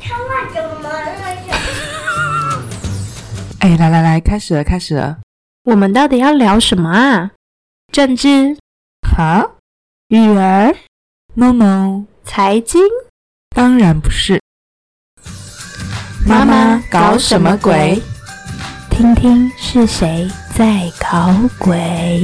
哎，来，开始了。 我们到底要聊什么啊？政治？ 哈？ 育儿？ No， 财经？ 当然不是。 妈妈搞什么鬼？听听是谁在搞鬼。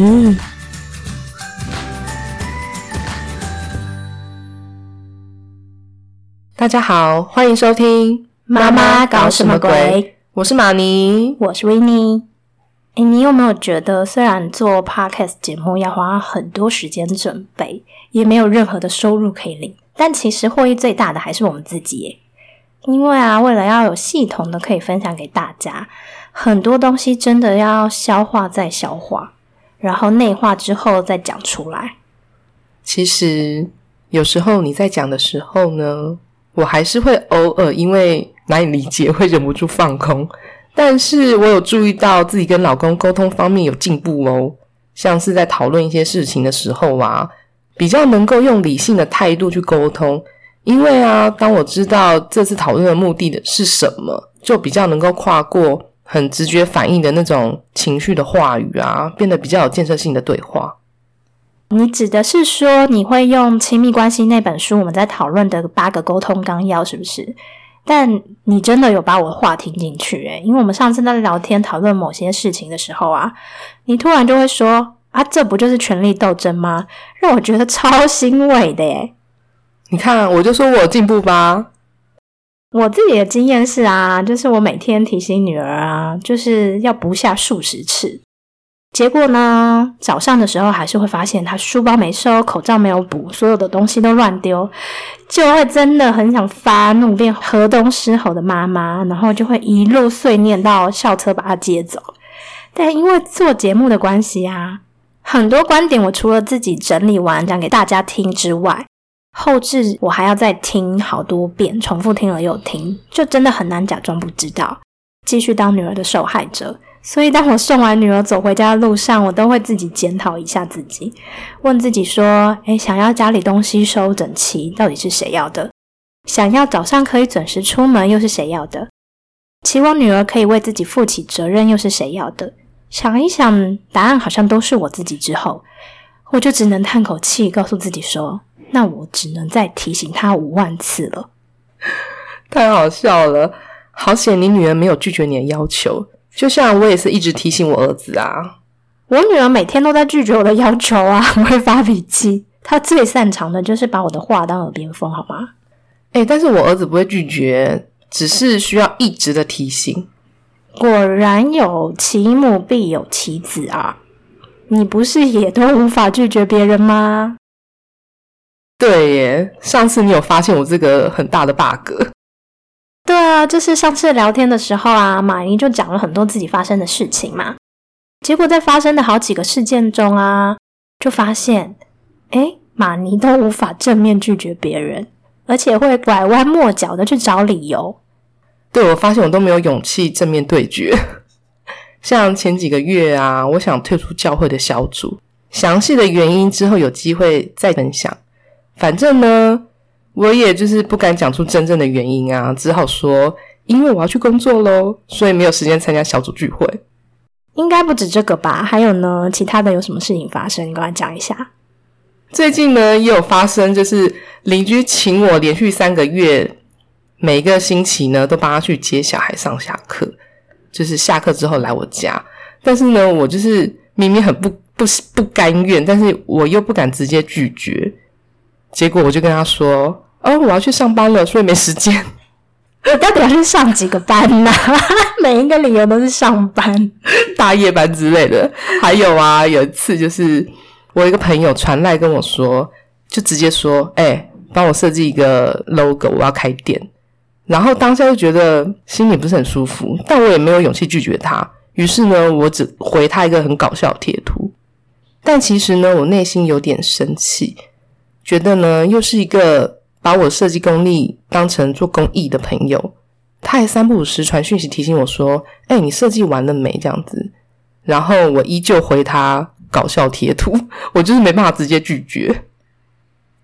大家好，欢迎收听妈妈搞什么鬼？ 我是马尼， 我是维尼。你有没有觉得虽然做 podcast 节目要花很多时间准备，也没有任何的收入可以领，但其实获益最大的还是我们自己耶。因为为了要有系统的可以分享给大家，很多东西真的要消化再消化，然后内化之后再讲出来。 其实有时候你在讲的时候呢，我还是会偶尔因为难以理解会忍不住放空，但是我有注意到自己跟老公沟通方面有进步哦，像是在讨论一些事情的时候比较能够用理性的态度去沟通，因为当我知道这次讨论的目的的是什么，就比较能够跨过很直觉反应的那种情绪的话语变得比较有建设性的对话。 你指的是说你会用亲密关系那本书我们在讨论的8个沟通纲要是不是？但你真的有把我的话听进去耶，因为我们上次在聊天讨论某些事情的时候你突然就会说这不就是权力斗争吗？让我觉得超欣慰的耶。 你看我就说我有进步吧。 我自己的经验是就是我每天提醒女儿就是要不下数10次，结果呢早上的时候还是会发现她书包没收，口罩没有补，所有的东西都乱丢，就会真的很想发怒，变河东狮吼的妈妈，然后就会一路碎念到校车把她接走。但因为做节目的关系很多观点我除了自己整理完讲给大家听之外，后置我还要再听好多遍，重复听了又听，就真的很难假装不知道，继续当女儿的受害者。所以当我送完女儿走回家的路上，我都会自己检讨一下自己，问自己说想要家里东西收整齐到底是谁要的？想要早上可以准时出门又是谁要的？期望女儿可以为自己负起责任又是谁要的？想一想答案好像都是我自己之后，我就只能叹口气告诉自己说，那我只能再提醒她5万次了。 太好笑了，好险你女儿没有拒绝你的要求，就像我也是一直提醒我儿子我女儿每天都在拒绝我的要求我会发脾气，她最擅长的就是把我的话当耳边风好吗？ 但是我儿子不会拒绝，只是需要一直的提醒。 果然有其母必有其子你不是也都无法拒绝别人吗？ 对耶，上次你有发现我这个很大的 bug。 对就是上次聊天的时候马尼就讲了很多自己发生的事情嘛，结果在发生的好几个事件中就发现马尼都无法正面拒绝别人，而且会拐弯抹角的去找理由。 对，我发现我都没有勇气正面对决。像前几个月我想退出教会的小组，详细的原因之后有机会再分享。反正呢我也就是不敢讲出真正的原因只好说因为我要去工作咯，所以没有时间参加小组聚会。 应该不止这个吧？还有呢，其他的有什么事情发生？你跟我讲一下。 最近呢也有发生，就是邻居请我连续3个月每个星期呢都帮他去接小孩上下课，就是下课之后来我家。但是呢我就是明明很不甘愿，但是我又不敢直接拒绝，结果我就跟他说我要去上班了，所以没时间。 你到底要去上几个班每一个理由都是上班， 大夜班之类的。还有有一次就是我有一个朋友传来跟我说，就直接说帮我设计一个 logo， 我要开店。然后当下就觉得心里不是很舒服，但我也没有勇气拒绝他，于是呢我只回他一个很搞笑的贴图。但其实呢我内心有点生气，觉得呢又是一个把我设计功力当成做公益的朋友，他还3不5时传讯息提醒我说你设计完了没这样子。然后我依旧回他搞笑贴图，我就是没办法直接拒绝。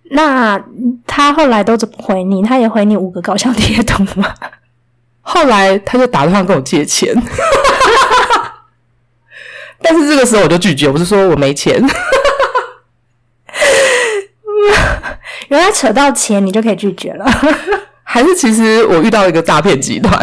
那他后来都怎么回你？他也回你5个搞笑贴图吗？ 后来他就打电话跟我借钱，但是这个时候我就拒绝，我就说我没钱。 原来扯到钱你就可以拒绝了。 还是其实我遇到一个诈骗集团。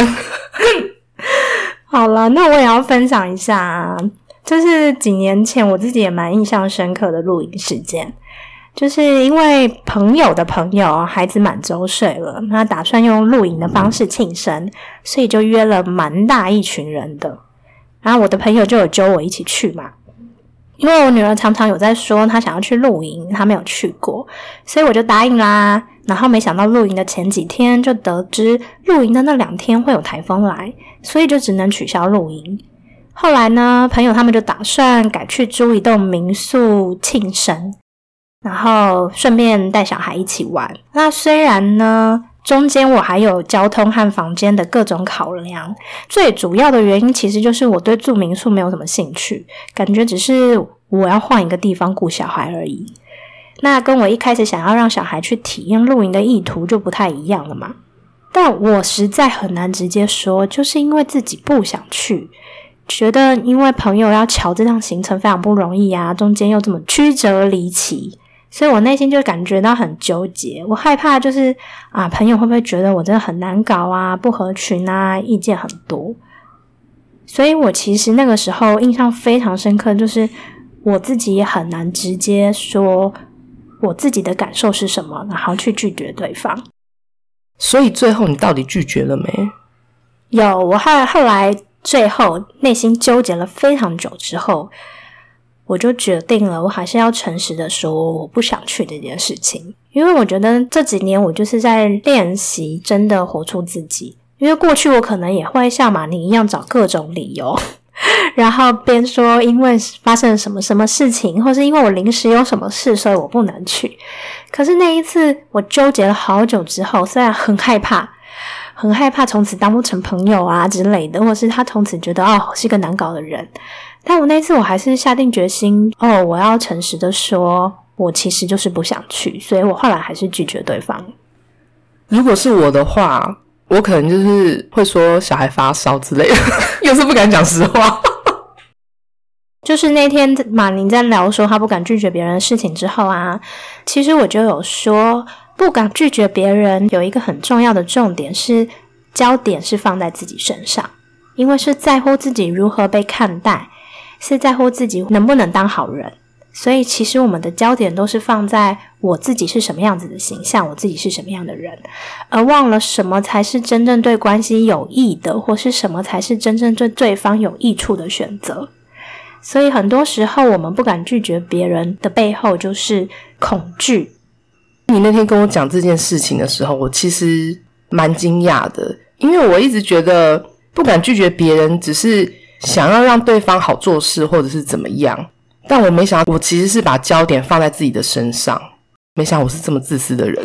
好了，那我也要分享一下啊，就是几年前我自己也蛮印象深刻的露营事件。就是因为朋友的朋友孩子满周岁了，他打算用露营的方式庆生，所以就约了蛮大一群人的。然后我的朋友就有揪我一起去嘛，因为我女儿常常有在说她想要去露营，她没有去过，所以我就答应啦。然后没想到露营的前几天就得知露营的那2天会有台风来，所以就只能取消露营。后来呢，朋友他们就打算改去租一栋民宿庆生，然后顺便带小孩一起玩。那虽然呢中间我还有交通和房间的各种考量，最主要的原因其实就是我对住民宿没有什么兴趣，感觉只是我要换一个地方顾小孩而已。那跟我一开始想要让小孩去体验露营的意图就不太一样了嘛。但我实在很难直接说，就是因为自己不想去，觉得因为朋友要瞧这趟行程非常不容易啊，中间又这么曲折离奇，所以我内心就感觉到很纠结。我害怕就是朋友会不会觉得我真的很难搞啊，不合群啊，意见很多。所以我其实那个时候印象非常深刻，就是我自己也很难直接说我自己的感受是什么，然后去拒绝对方。 所以最后你到底拒绝了没？ 有，我后来最后内心纠结了非常久之后，我就决定了，我还是要诚实的说我不想去这件事情。因为我觉得这几年我就是在练习真的活出自己。因为过去我可能也会像马宁一样找各种理由，然后边说因为发生了什么什么事情，或是因为我临时有什么事所以我不能去。可是那一次我纠结了好久之后，虽然很害怕从此当不成朋友啊之类的，或是他从此觉得是一个难搞的人，但我那次我还是下定决心我要诚实的说我其实就是不想去，所以我后来还是拒绝对方。 如果是我的话，我可能就是会说小孩发烧之类的，又是不敢讲实话。 就是那天马宁在聊说他不敢拒绝别人的事情之后啊，其实我就有说不敢拒绝别人有一个很重要的重点是焦点是放在自己身上，因为是在乎自己如何被看待，是在乎自己能不能当好人。所以其实我们的焦点都是放在我自己是什么样子的形象，我自己是什么样的人，而忘了什么才是真正对关系有益的，或是什么才是真正对对方有益处的选择。所以很多时候我们不敢拒绝别人的背后就是恐惧。 你那天跟我讲这件事情的时候，我其实蛮惊讶的，因为我一直觉得不敢拒绝别人只是想要让对方好做事或者是怎么样，但我没想到我其实是把焦点放在自己的身上，没想到我是这么自私的人。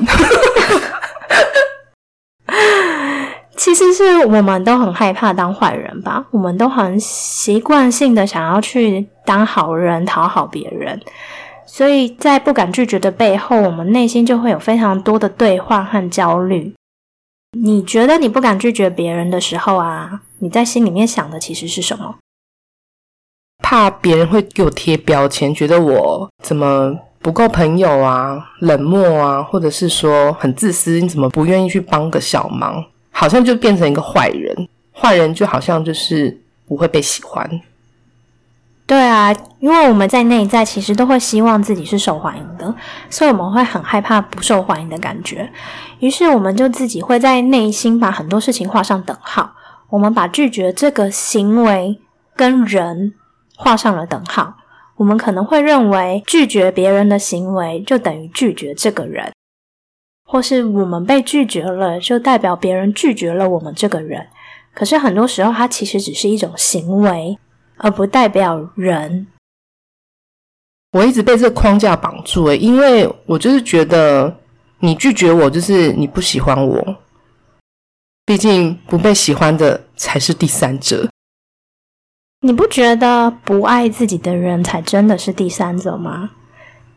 其实是我们都很害怕当坏人吧，我们都很习惯性的想要去当好人，讨好别人，所以在不敢拒绝的背后，我们内心就会有非常多的对话和焦虑。你觉得你不敢拒绝别人的时候啊，你在心里面想的其实是什么？ 怕别人会给我贴标签，觉得我怎么不够朋友啊，冷漠啊，或者是说很自私，你怎么不愿意去帮个小忙，好像就变成一个坏人。坏人就好像就是不会被喜欢。 对啊，因为我们在内在其实都会希望自己是受欢迎的，所以我们会很害怕不受欢迎的感觉，于是我们就自己会在内心把很多事情画上等号，我们把拒绝这个行为跟人画上了等号，我们可能会认为拒绝别人的行为就等于拒绝这个人，或是我们被拒绝了就代表别人拒绝了我们这个人。可是很多时候它其实只是一种行为，而不代表人。 我一直被这个框架绑住因为我就是觉得你拒绝我就是你不喜欢我，毕竟不被喜欢的才是第三者。 你不觉得不爱自己的人才真的是第三者吗？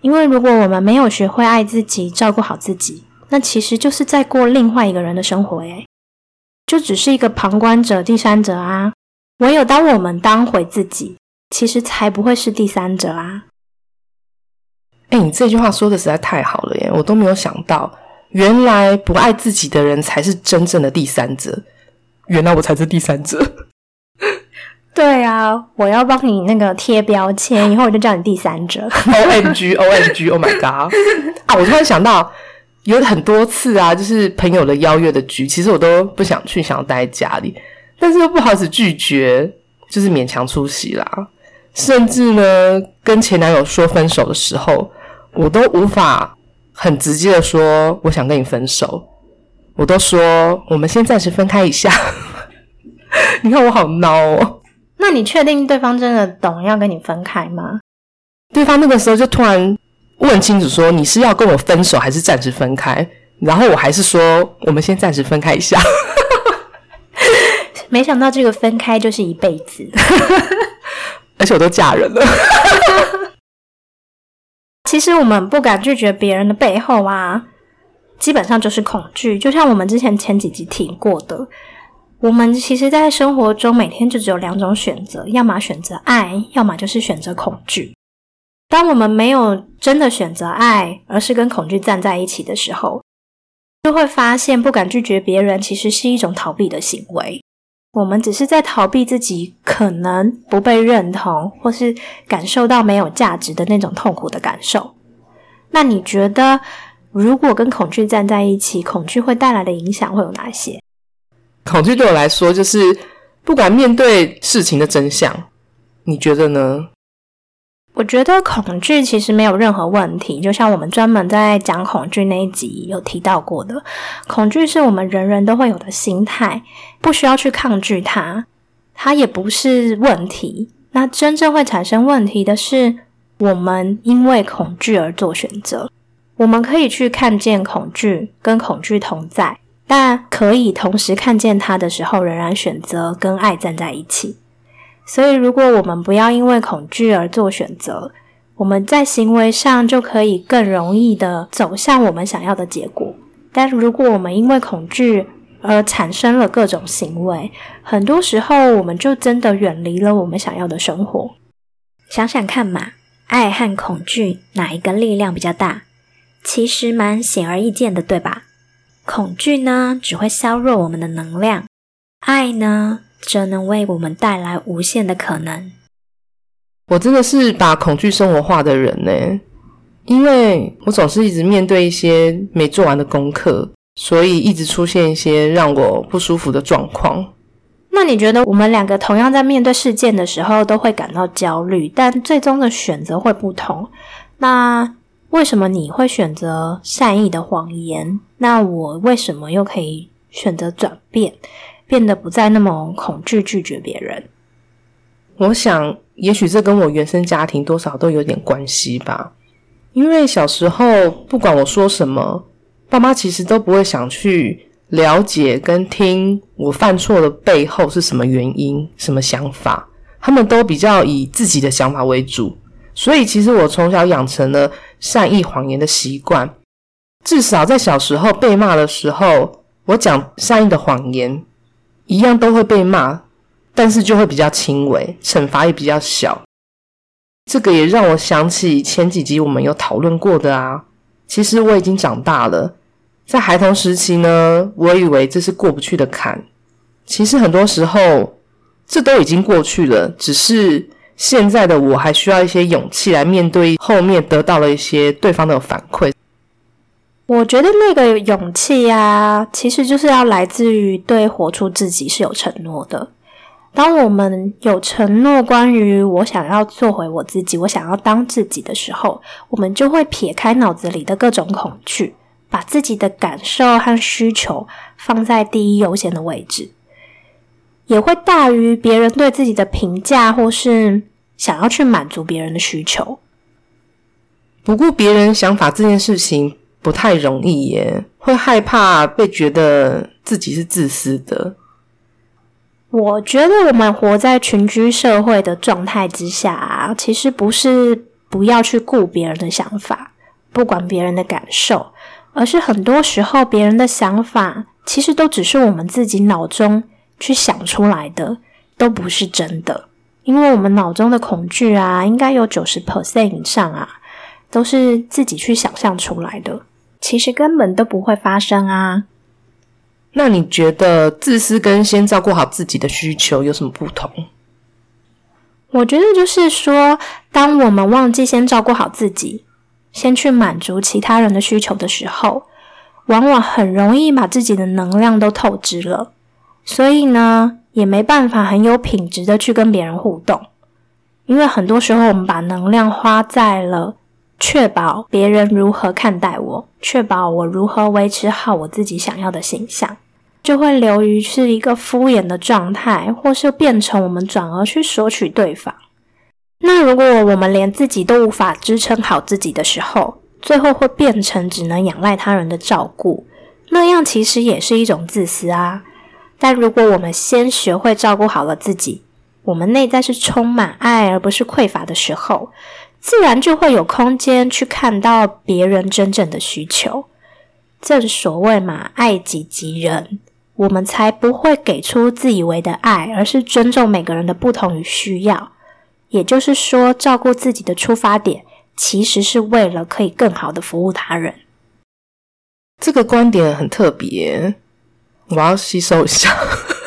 因为如果我们没有学会爱自己，照顾好自己，那其实就是在过另外一个人的生活耶，就只是一个旁观者、第三者啊。唯有当我们当回自己，其实才不会是第三者啊。 你这句话说的实在太好了耶，我都没有想到，原来不爱自己的人才是真正的第三者，原来我才是第三者。 对啊，我要帮你那个贴标签，以后我就叫你第三者。 OMG OMG Oh my god 啊！我突然想到有很多次啊，就是朋友的邀约的局，其实我都不想去，想要待在家里，但是又不好意思拒绝，就是勉强出席啦。甚至呢，跟前男友说分手的时候，我都无法很直接的说我想跟你分手，我都说我们先暂时分开一下。你看我好孬哦。 那你确定对方真的懂要跟你分开吗？ 对方那个时候就突然问清楚说，你是要跟我分手还是暂时分开？然后我还是说我们先暂时分开一下。 没想到这个分开就是一辈子。 而且我都嫁人了。 其实我们不敢拒绝别人的背后啊，基本上就是恐惧。就像我们前几集提过的，我们其实在生活中每天就只有两种选择，要么选择爱，要么就是选择恐惧。当我们没有真的选择爱，而是跟恐惧站在一起的时候，就会发现不敢拒绝别人其实是一种逃避的行为。我们只是在逃避自己可能不被认同，或是感受到没有价值的那种痛苦的感受。那你觉得如果跟恐惧站在一起，恐惧会带来的影响会有哪些？ 恐惧对我来说就是不敢面对事情的真相，你觉得呢？ 我觉得恐惧其实没有任何问题，就像我们专门在讲恐惧那一集有提到过的，恐惧是我们人人都会有的心态，不需要去抗拒它，它也不是问题。那真正会产生问题的是我们因为恐惧而做选择。我们可以去看见恐惧，跟恐惧同在，但可以同时看见它的时候，仍然选择跟爱站在一起。所以如果我们不要因为恐惧而做选择，我们在行为上就可以更容易的走向我们想要的结果。但如果我们因为恐惧而产生了各种行为，很多时候我们就真的远离了我们想要的生活。想想看嘛，爱和恐惧哪一个力量比较大？其实蛮显而易见的，对吧？恐惧呢，只会削弱我们的能量，爱呢，则能为我们带来无限的可能。 我真的是把恐惧生活化的人呢，因为我总是一直面对一些没做完的功课，所以一直出现一些让我不舒服的状况。 那你觉得我们两个同样在面对事件的时候都会感到焦虑，但最终的选择会不同。那为什么你会选择善意的谎言？那我为什么又可以选择转变，变得不再那么恐惧拒绝别人？ 我想也许这跟我原生家庭多少都有点关系吧。因为小时候不管我说什么，爸妈其实都不会想去了解跟听我犯错的背后是什么原因，什么想法，他们都比较以自己的想法为主。所以其实我从小养成了善意谎言的习惯，至少在小时候被骂的时候，我讲善意的谎言一样都会被骂，但是就会比较轻微，惩罚也比较小。这个也让我想起前几集我们有讨论过的啊，其实我已经长大了，在孩童时期呢，我以为这是过不去的坎，其实很多时候这都已经过去了，只是现在的我还需要一些勇气来面对后面得到了一些对方的反馈。 我觉得那个勇气啊，其实就是要来自于对活出自己是有承诺的。当我们有承诺关于我想要做回我自己，我想要当自己的时候，我们就会撇开脑子里的各种恐惧，把自己的感受和需求放在第一优先的位置，也会大于别人对自己的评价，或是想要去满足别人的需求。 不过别人想法这件事情不太容易耶，会害怕被觉得自己是自私的。我觉得我们活在群居社会的状态之下啊，其实不是不要去顾别人的想法，不管别人的感受，而是很多时候别人的想法其实都只是我们自己脑中去想出来的，都不是真的。因为我们脑中的恐惧啊，应该有 90% 以上啊，都是自己去想象出来的，其实根本都不会发生啊。 那你觉得自私跟先照顾好自己的需求有什么不同？ 我觉得就是说，当我们忘记先照顾好自己，先去满足其他人的需求的时候，往往很容易把自己的能量都透支了，所以呢，也没办法很有品质的去跟别人互动。因为很多时候我们把能量花在了确保别人如何看待我，确保我如何维持好我自己想要的形象，就会流于是一个敷衍的状态，或是变成我们转而去索取对方。那如果我们连自己都无法支撑好自己的时候，最后会变成只能仰赖他人的照顾，那样其实也是一种自私啊。但如果我们先学会照顾好了自己，我们内在是充满爱而不是匮乏的时候，自然就会有空间去看到别人真正的需求。正所谓嘛，爱己及人，我们才不会给出自以为的爱，而是尊重每个人的不同与需要。也就是说，照顾自己的出发点其实是为了可以更好的服务他人。 这个观点很特别，我要吸收一下。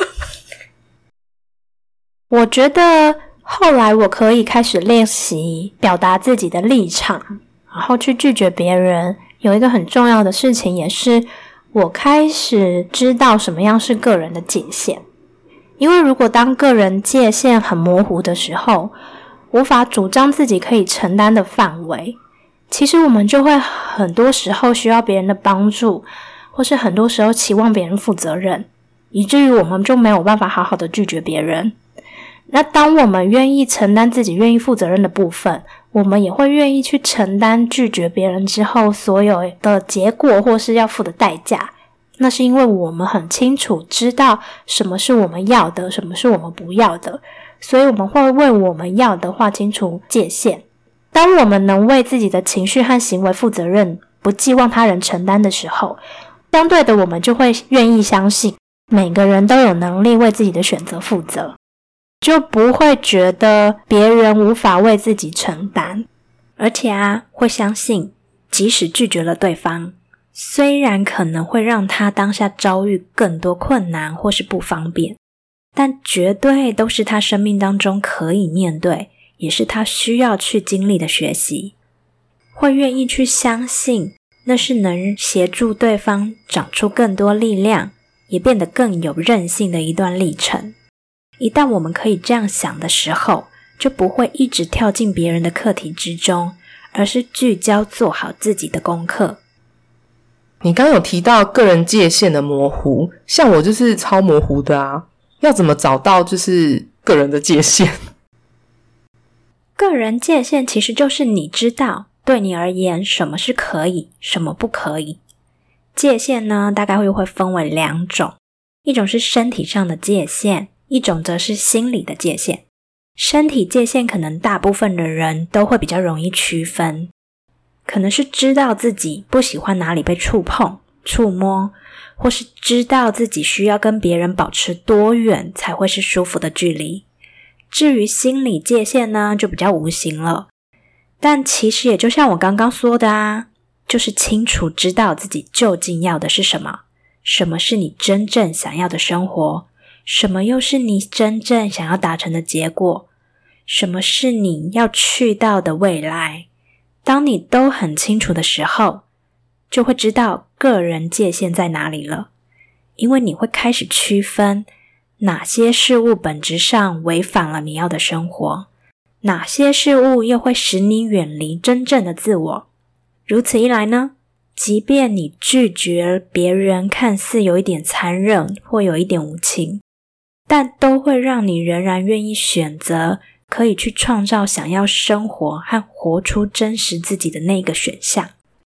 我觉得后来我可以开始练习表达自己的立场，然后去拒绝别人。有一个很重要的事情，也是我开始知道什么样是个人的界限。因为如果当个人界限很模糊的时候，无法主张自己可以承担的范围，其实我们就会很多时候需要别人的帮助，或是很多时候期望别人负责任，以至于我们就没有办法好好的拒绝别人。那当我们愿意承担自己愿意负责任的部分，我们也会愿意去承担拒绝别人之后所有的结果或是要付的代价。那是因为我们很清楚知道什么是我们要的，什么是我们不要的，所以我们会为我们要的划清楚界限。当我们能为自己的情绪和行为负责任，不寄望他人承担的时候，相对的我们就会愿意相信每个人都有能力为自己的选择负责，就不会觉得别人无法为自己承担。而且会相信即使拒绝了对方，虽然可能会让他当下遭遇更多困难或是不方便，但绝对都是他生命当中可以面对，也是他需要去经历的学习。会愿意去相信那是能协助对方长出更多力量，也变得更有韧性的一段历程。一旦我们可以这样想的时候，就不会一直跳进别人的课题之中，而是聚焦做好自己的功课。 你刚刚有提到个人界限的模糊，像我就是超模糊的啊，要怎么找到就是个人的界限？ 个人界限其实就是你知道对你而言什么是可以，什么不可以。界限呢，大概会分为两种，一种是身体上的界限，一种则是心理的界限。身体界限可能大部分的人都会比较容易区分，可能是知道自己不喜欢哪里被触碰、触摸，或是知道自己需要跟别人保持多远才会是舒服的距离。至于心理界限呢，就比较无形了。但其实也就像我刚刚说的就是清楚知道自己究竟要的是什么，什么是你真正想要的生活，什么又是你真正想要达成的结果，什么是你要去到的未来。当你都很清楚的时候，就会知道个人界限在哪里了。因为你会开始区分哪些事物本质上违反了你要的生活，哪些事物又会使你远离真正的自我。如此一来呢，即便你拒绝别人看似有一点残忍或有一点无情，但都会让你仍然愿意选择可以去创造想要生活和活出真实自己的那个选项。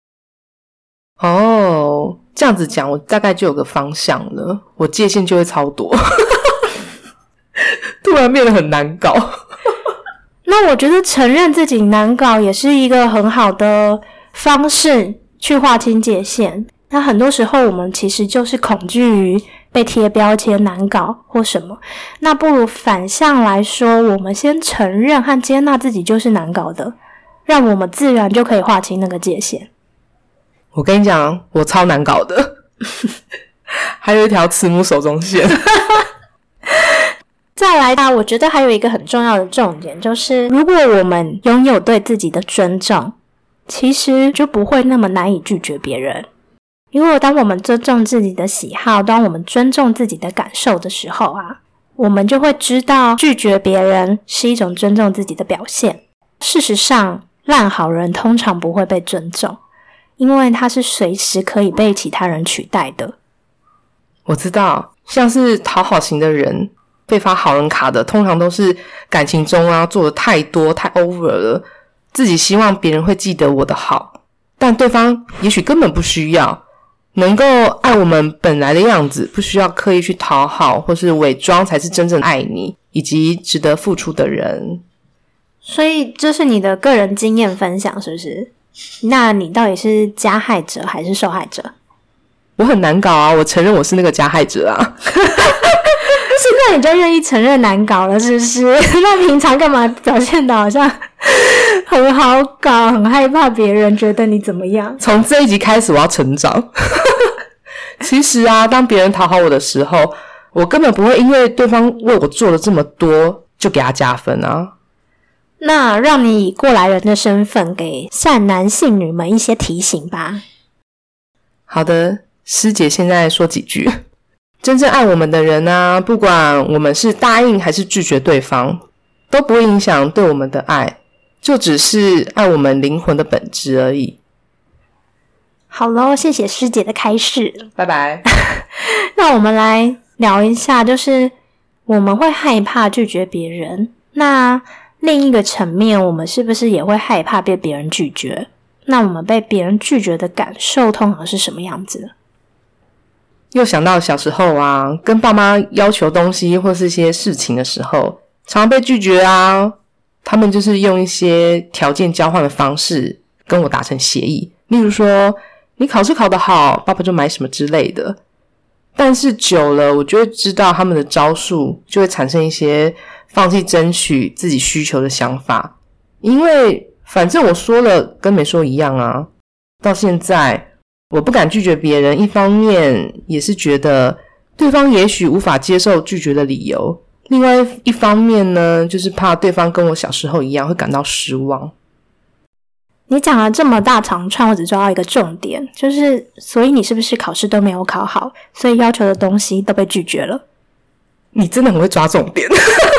哦，这样子讲我大概就有个方向了，我界限就会超多突然变得很难搞那我觉得承认自己难搞也是一个很好的方式去划清界限。那很多时候我们其实就是恐惧于被贴标签难搞或什么，那不如反向来说，我们先承认和接纳自己就是难搞的，让我们自然就可以划清那个界限。 我跟你讲，我超难搞的还有一条慈母手中线再来吧，我觉得还有一个很重要的重点，就是如果我们拥有对自己的尊重，其实就不会那么难以拒绝别人。因为当我们尊重自己的喜好，当我们尊重自己的感受的时候啊，我们就会知道拒绝别人是一种尊重自己的表现。事实上，烂好人通常不会被尊重，因为他是随时可以被其他人取代的。 我知道，像是讨好型的人被发好人卡的，通常都是感情中啊做的太多太 over 了，自己希望别人会记得我的好，但对方也许根本不需要，能够爱我们本来的样子，不需要刻意去讨好或是伪装，才是真正爱你以及值得付出的人。 所以这是你的个人经验分享，是不是？那你到底是加害者还是受害者？ 我很难搞啊，我承认我是那个加害者啊现在你就愿意承认难搞了，是不是？那平常干嘛表现得好像很好搞，很害怕别人觉得你怎么样？ 从这一集开始我要成长其实啊，当别人讨好我的时候，我根本不会因为对方为我做了这么多就给他加分啊。 那让你以过来人的身份给善男信女们一些提醒吧。 好的，师姐现在说几句。真正爱我们的人啊，不管我们是答应还是拒绝对方，都不会影响对我们的爱，就只是爱我们灵魂的本质而已。 好咯，谢谢师姐的开示， 拜拜那我们来聊一下，就是我们会害怕拒绝别人，那另一个层面，我们是不是也会害怕被别人拒绝？那我们被别人拒绝的感受通常是什么样子？ 又想到小时候啊，跟爸妈要求东西或是一些事情的时候，常常被拒绝啊。他们就是用一些条件交换的方式跟我达成协议，例如说你考试考得好，爸爸就买什么之类的。但是久了，我就会知道他们的招数，就会产生一些放弃争取自己需求的想法。因为反正我说了跟没说一样啊。到现在我不敢拒绝别人，一方面也是觉得对方也许无法接受拒绝的理由，另外一方面呢，就是怕对方跟我小时候一样会感到失望。 你讲了这么大长串，我只抓到一个重点，就是所以你是不是考试都没有考好，所以要求的东西都被拒绝了？ 你真的很会抓重点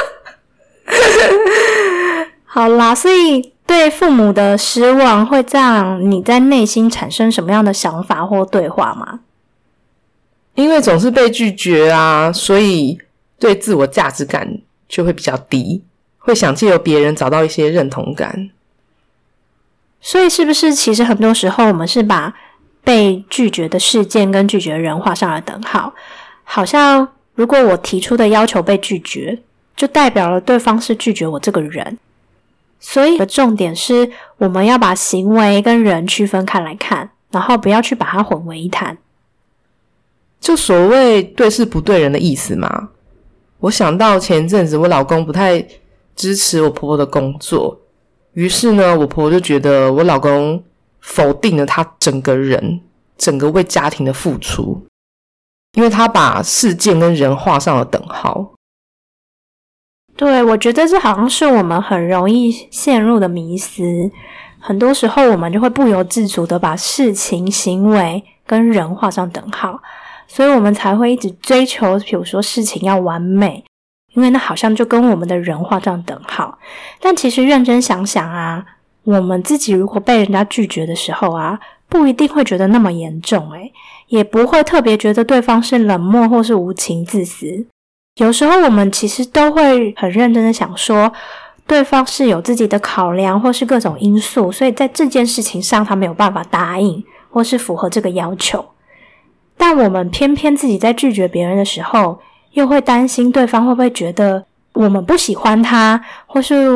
好啦，所以对父母的失望会让你在内心产生什么样的想法或对话吗？ 因为总是被拒绝啊，所以对自我价值感就会比较低，会想借由别人找到一些认同感。 所以是不是其实很多时候我们是把被拒绝的事件跟拒绝的人画上了等号，好像如果我提出的要求被拒绝，就代表了对方是拒绝我这个人。所以重点是我们要把行为跟人区分开来看，然后不要去把它混为一谈。 就所谓对事不对人的意思嘛。我想到前阵子我老公不太支持我婆婆的工作，于是呢我婆婆就觉得我老公否定了他整个人，整个为家庭的付出，因为他把事件跟人画上了等号。 对，我觉得这好像是我们很容易陷入的迷思。很多时候我们就会不由自主的把事情、行为跟人画上等号，所以我们才会一直追求比如说事情要完美，因为那好像就跟我们的人画上等号。但其实认真想想啊，我们自己如果被人家拒绝的时候啊，不一定会觉得那么严重也不会特别觉得对方是冷漠或是无情自私。有时候我们其实都会很认真的想说，对方是有自己的考量或是各种因素，所以在这件事情上他没有办法答应或是符合这个要求。但我们偏偏自己在拒绝别人的时候，又会担心对方会不会觉得我们不喜欢他，或是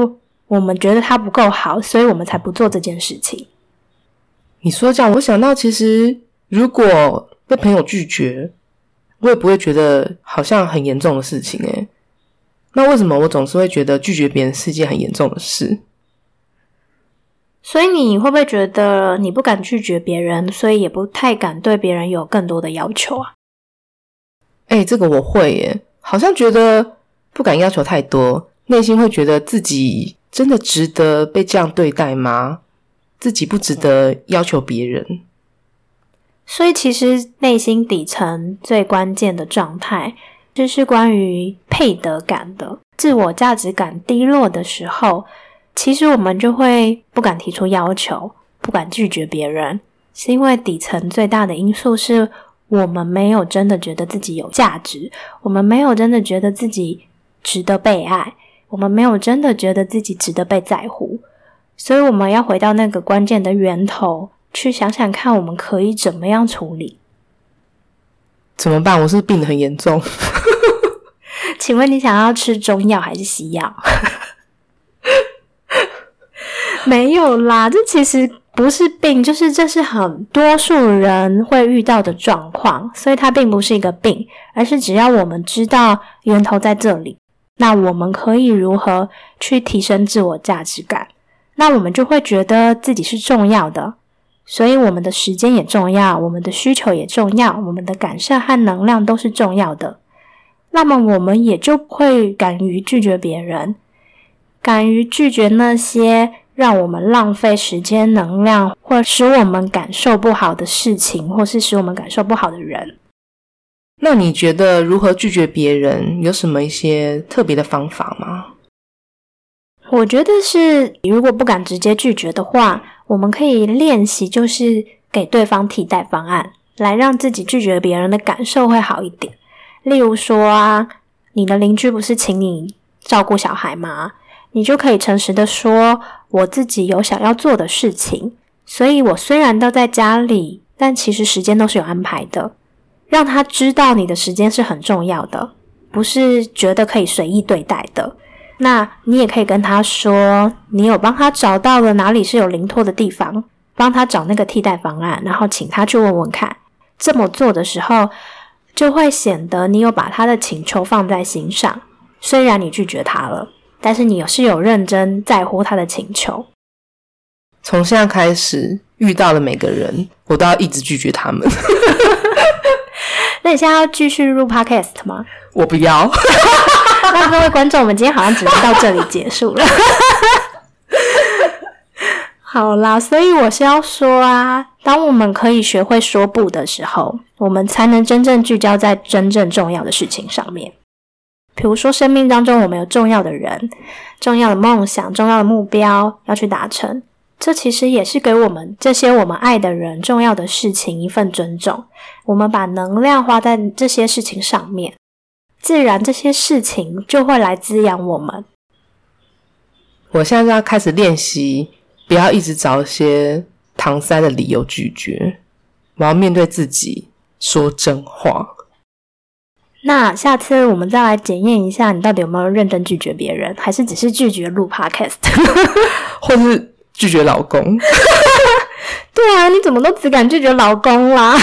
我们觉得它不够好，所以我们才不做这件事情。 你说这样，我想到其实如果被朋友拒绝，我也不会觉得好像很严重的事情诶。那为什么我总是会觉得拒绝别人是一件很严重的事？ 所以你会不会觉得你不敢拒绝别人，所以也不太敢对别人有更多的要求啊？ 这个我会耶，好像觉得不敢要求太多，内心会觉得自己真的值得被这样对待吗？自己不值得要求别人。 所以其实内心底层最关键的状态就是关于配得感的，自我价值感低落的时候，其实我们就会不敢提出要求，不敢拒绝别人，是因为底层最大的因素是我们没有真的觉得自己有价值，我们没有真的觉得自己值得被爱，我们没有真的觉得自己值得被在乎。所以我们要回到那个关键的源头，去想想看我们可以怎么样处理。 怎么办？我是病得很严重。 请问你想要吃中药还是西药？没有啦，这其实不是病，就是这是很多数人会遇到的状况，所以它并不是一个病，而是只要我们知道源头在这里，那我们可以如何去提升自我价值感，那我们就会觉得自己是重要的，所以我们的时间也重要，我们的需求也重要，我们的感受和能量都是重要的，那么我们也就会敢于拒绝别人，敢于拒绝那些让我们浪费时间能量或使我们感受不好的事情，或是使我们感受不好的人。 那你觉得如何拒绝别人有什么一些特别的方法吗？ 我觉得是如果不敢直接拒绝的话，我们可以练习就是给对方替代方案，来让自己拒绝别人的感受会好一点。例如说啊，你的邻居不是请你照顾小孩吗？你就可以诚实的说，我自己有想要做的事情，所以我虽然都在家里，但其实时间都是有安排的。让他知道你的时间是很重要的，不是觉得可以随意对待的。那你也可以跟他说，你有帮他找到了哪里是有灵托的地方，帮他找那个替代方案，然后请他去问问看。这么做的时候，就会显得你有把他的请求放在心上，虽然你拒绝他了，但是你是有认真在乎他的请求。 从现在开始，遇到了每个人，我都要一直拒绝他们。 那你现在要继续录 podcast 吗？ 我不要。 那各位观众，我们今天好像只能到这里结束了。好啦，所以我是要说啊，当我们可以学会说不的时候，我们才能真正聚焦在真正重要的事情上面。比如说生命当中我们有重要的人，重要的梦想，重要的目标要去达成，这其实也是给我们这些我们爱的人重要的事情一份尊重。我们把能量花在这些事情上面，自然这些事情就会来滋养我们。 我现在就要开始练习，不要一直找一些搪塞的理由拒绝，我要面对自己，说真话。 那下次我们再来检验一下，你到底有没有认真拒绝别人，还是只是拒绝录 podcast 或是拒绝老公。 对啊，你怎么都只敢拒绝老公啦？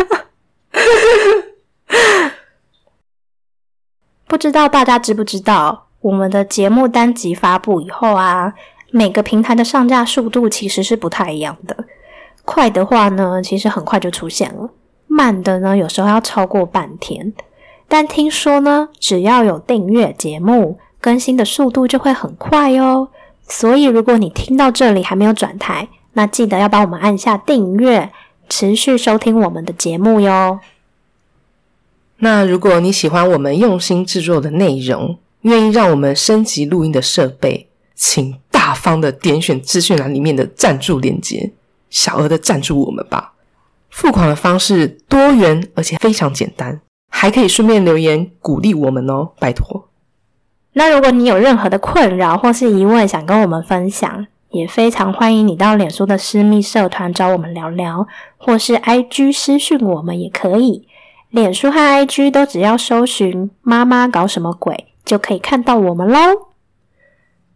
不知道大家知不知道，我们的节目单集发布以后啊，每个平台的上架速度其实是不太一样的。快的话呢，其实很快就出现了，慢的呢，有时候要超过半天。但听说呢，只要有订阅节目，更新的速度就会很快哦。所以如果你听到这里还没有转台，那记得要帮我们按下订阅，持续收听我们的节目哟。 那如果你喜欢我们用心制作的内容，愿意让我们升级录音的设备，请大方的点选资讯栏里面的赞助链接，小额的赞助我们吧。付款的方式多元而且非常简单，还可以顺便留言鼓励我们哦，拜托。 那如果你有任何的困扰或是疑问想跟我们分享，也非常欢迎你到脸书的私密社团找我们聊聊，或是 IG 私讯我们也可以。脸书和 IG 都只要搜寻妈妈搞什么鬼就可以看到我们咯。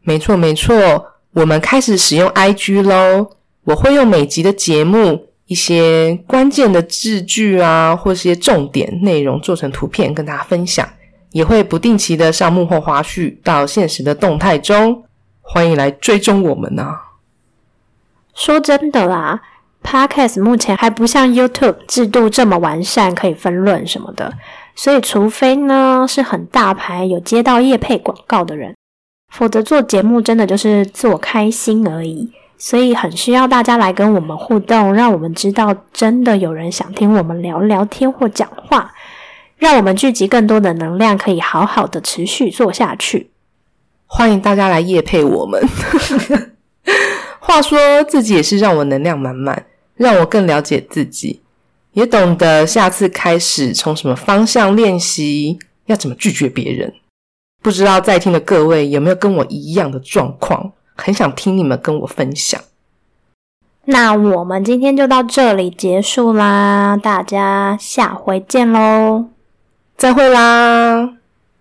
没错没错，我们开始使用 IG 咯。我会用每集的节目一些关键的字句啊，或是些重点内容做成图片跟大家分享，也会不定期的上幕后花絮到现实的动态中，欢迎来追踪我们啊。 说真的啦， Podcast 目前还不像 YouTube 制度这么完善，可以分论什么的，所以除非呢是很大牌有接到业配广告的人，否则做节目真的就是做开心而已，所以很需要大家来跟我们互动，让我们知道真的有人想听我们聊聊天或讲话，让我们聚集更多的能量，可以好好的持续做下去。 欢迎大家来业配我们话说自己也是让我能量满满，让我更了解自己，也懂得下次开始从什么方向练习，要怎么拒绝别人。不知道在听的各位有没有跟我一样的状况，很想听你们跟我分享。 那我们今天就到这里结束啦，大家下回见咯， 再会啦。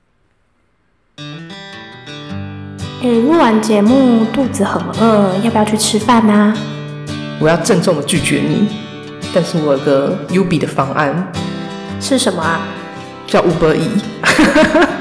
录完节目肚子很饿，要不要去吃饭啊？ 我要郑重的拒绝你，但是我有个 UB 的方案。 是什么啊？ 叫 Uber E